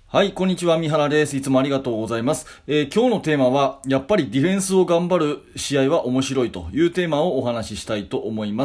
はい、こんにちは、三原です。いつもありがとうございます。今日のテーマは、やっぱりディフェンスを頑張る試合は面白いというテーマをお話ししたいと思います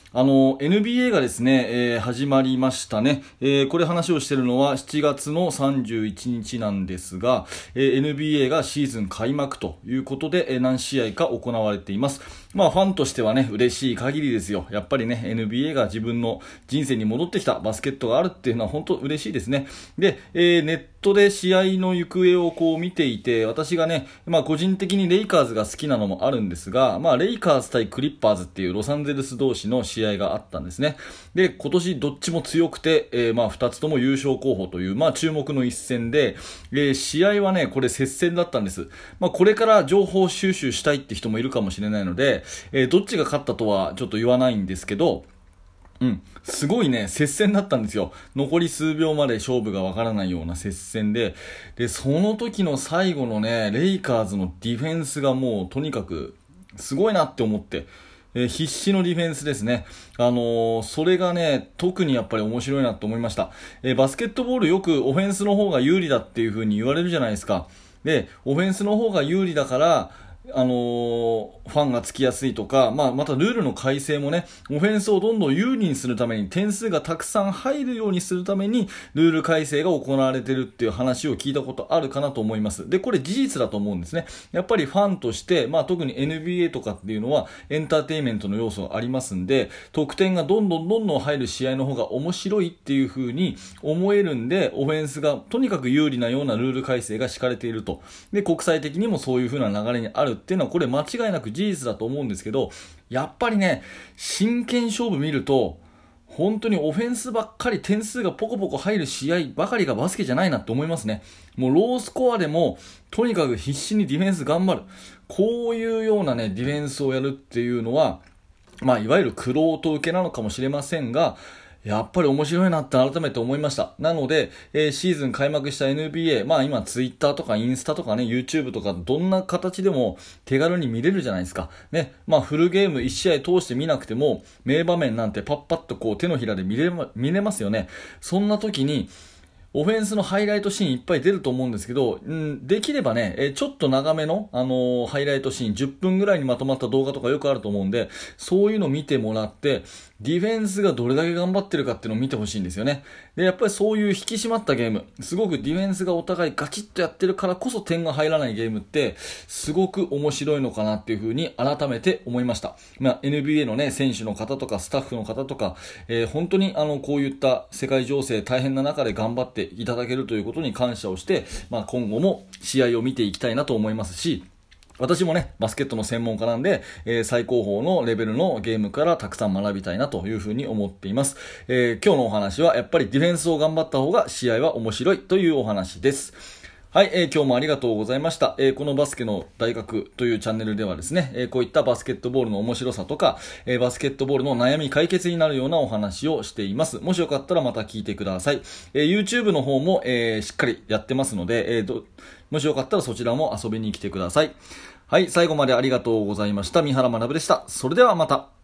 。NBA がですね、始まりましたね。これ話をしているのは7月の31日なんですが、NBA がシーズン開幕ということで、何試合か行われています。ファンとしてはね、嬉しい限りですよ。やっぱりね、NBA が自分の人生に戻ってきたバスケットがあるっていうのは本当嬉しいですね。で、ネットで試合の行方をこう見ていて、私がね、個人的にレイカーズが好きなのもあるんですが、レイカーズ対クリッパーズっていうロサンゼルス同士の試合があったんですね。で、今年どっちも強くて、2つとも優勝候補という、注目の一戦で、試合はね、これ接戦だったんです。これから情報収集したいって人もいるかもしれないので、どっちが勝ったとはちょっと言わないんですけど、すごいね、接戦だったんですよ。残り数秒まで勝負がわからないような接戦で、その時の最後のね、レイカーズのディフェンスがもうとにかくすごいなって思って、必死のディフェンスですね。それがね、特にやっぱり面白いなと思いました。バスケットボールよくオフェンスの方が有利だっていう風に言われるじゃないですか。で、オフェンスの方が有利だから、ファンがつきやすいとか、またルールの改正もね、オフェンスをどんどん有利にするために、点数がたくさん入るようにするために、ルール改正が行われているっていう話を聞いたことあるかなと思います。で、これ事実だと思うんですね。やっぱりファンとして、特に NBA とかっていうのは、エンターテインメントの要素がありますんで、得点がどんどん入る試合の方が面白いっていう風に思えるんで、オフェンスがとにかく有利なようなルール改正が敷かれていると。で、国際的にもそういう風な流れにあるっていうのはこれ間違いなく事実だと思うんですけど、やっぱりね、真剣勝負見ると本当にオフェンスばっかり点数がポコポコ入る試合ばかりがバスケじゃないなって思いますね。もうロースコアでもとにかく必死にディフェンス頑張る、こういうようなねディフェンスをやるっていうのは、いわゆる玄人受けなのかもしれませんが、やっぱり面白いなって改めて思いました。なので、シーズン開幕した NBA、今ツイッターとかインスタとかね、YouTube とかどんな形でも手軽に見れるじゃないですか。ね、フルゲーム1試合通して見なくても、名場面なんてパッパッとこう手のひらで見れますよね。そんな時に、オフェンスのハイライトシーンいっぱい出ると思うんですけど、できればね、ちょっと長めの、ハイライトシーン、10分ぐらいにまとまった動画とかよくあると思うんで、そういうのを見てもらって、ディフェンスがどれだけ頑張ってるかっていうのを見てほしいんですよね。で、やっぱりそういう引き締まったゲーム、すごくディフェンスがお互いガチッとやってるからこそ点が入らないゲームって、すごく面白いのかなっていうふうに改めて思いました。NBA のね、選手の方とかスタッフの方とか、本当にこういった世界情勢大変な中で頑張っていただけるということに感謝をして、今後も試合を見ていきたいなと思いますし、私もね、バスケットの専門家なんで、最高峰のレベルのゲームからたくさん学びたいなというふうに思っています。今日のお話はやっぱりディフェンスを頑張った方が試合は面白いというお話です。はい、今日もありがとうございました。このバスケの大学というチャンネルではですね、こういったバスケットボールの面白さとか、バスケットボールの悩み解決になるようなお話をしています。もしよかったらまた聞いてください。YouTube の方も、しっかりやってますので、もしよかったらそちらも遊びに来てください。はい、最後までありがとうございました。三原学でした。それではまた。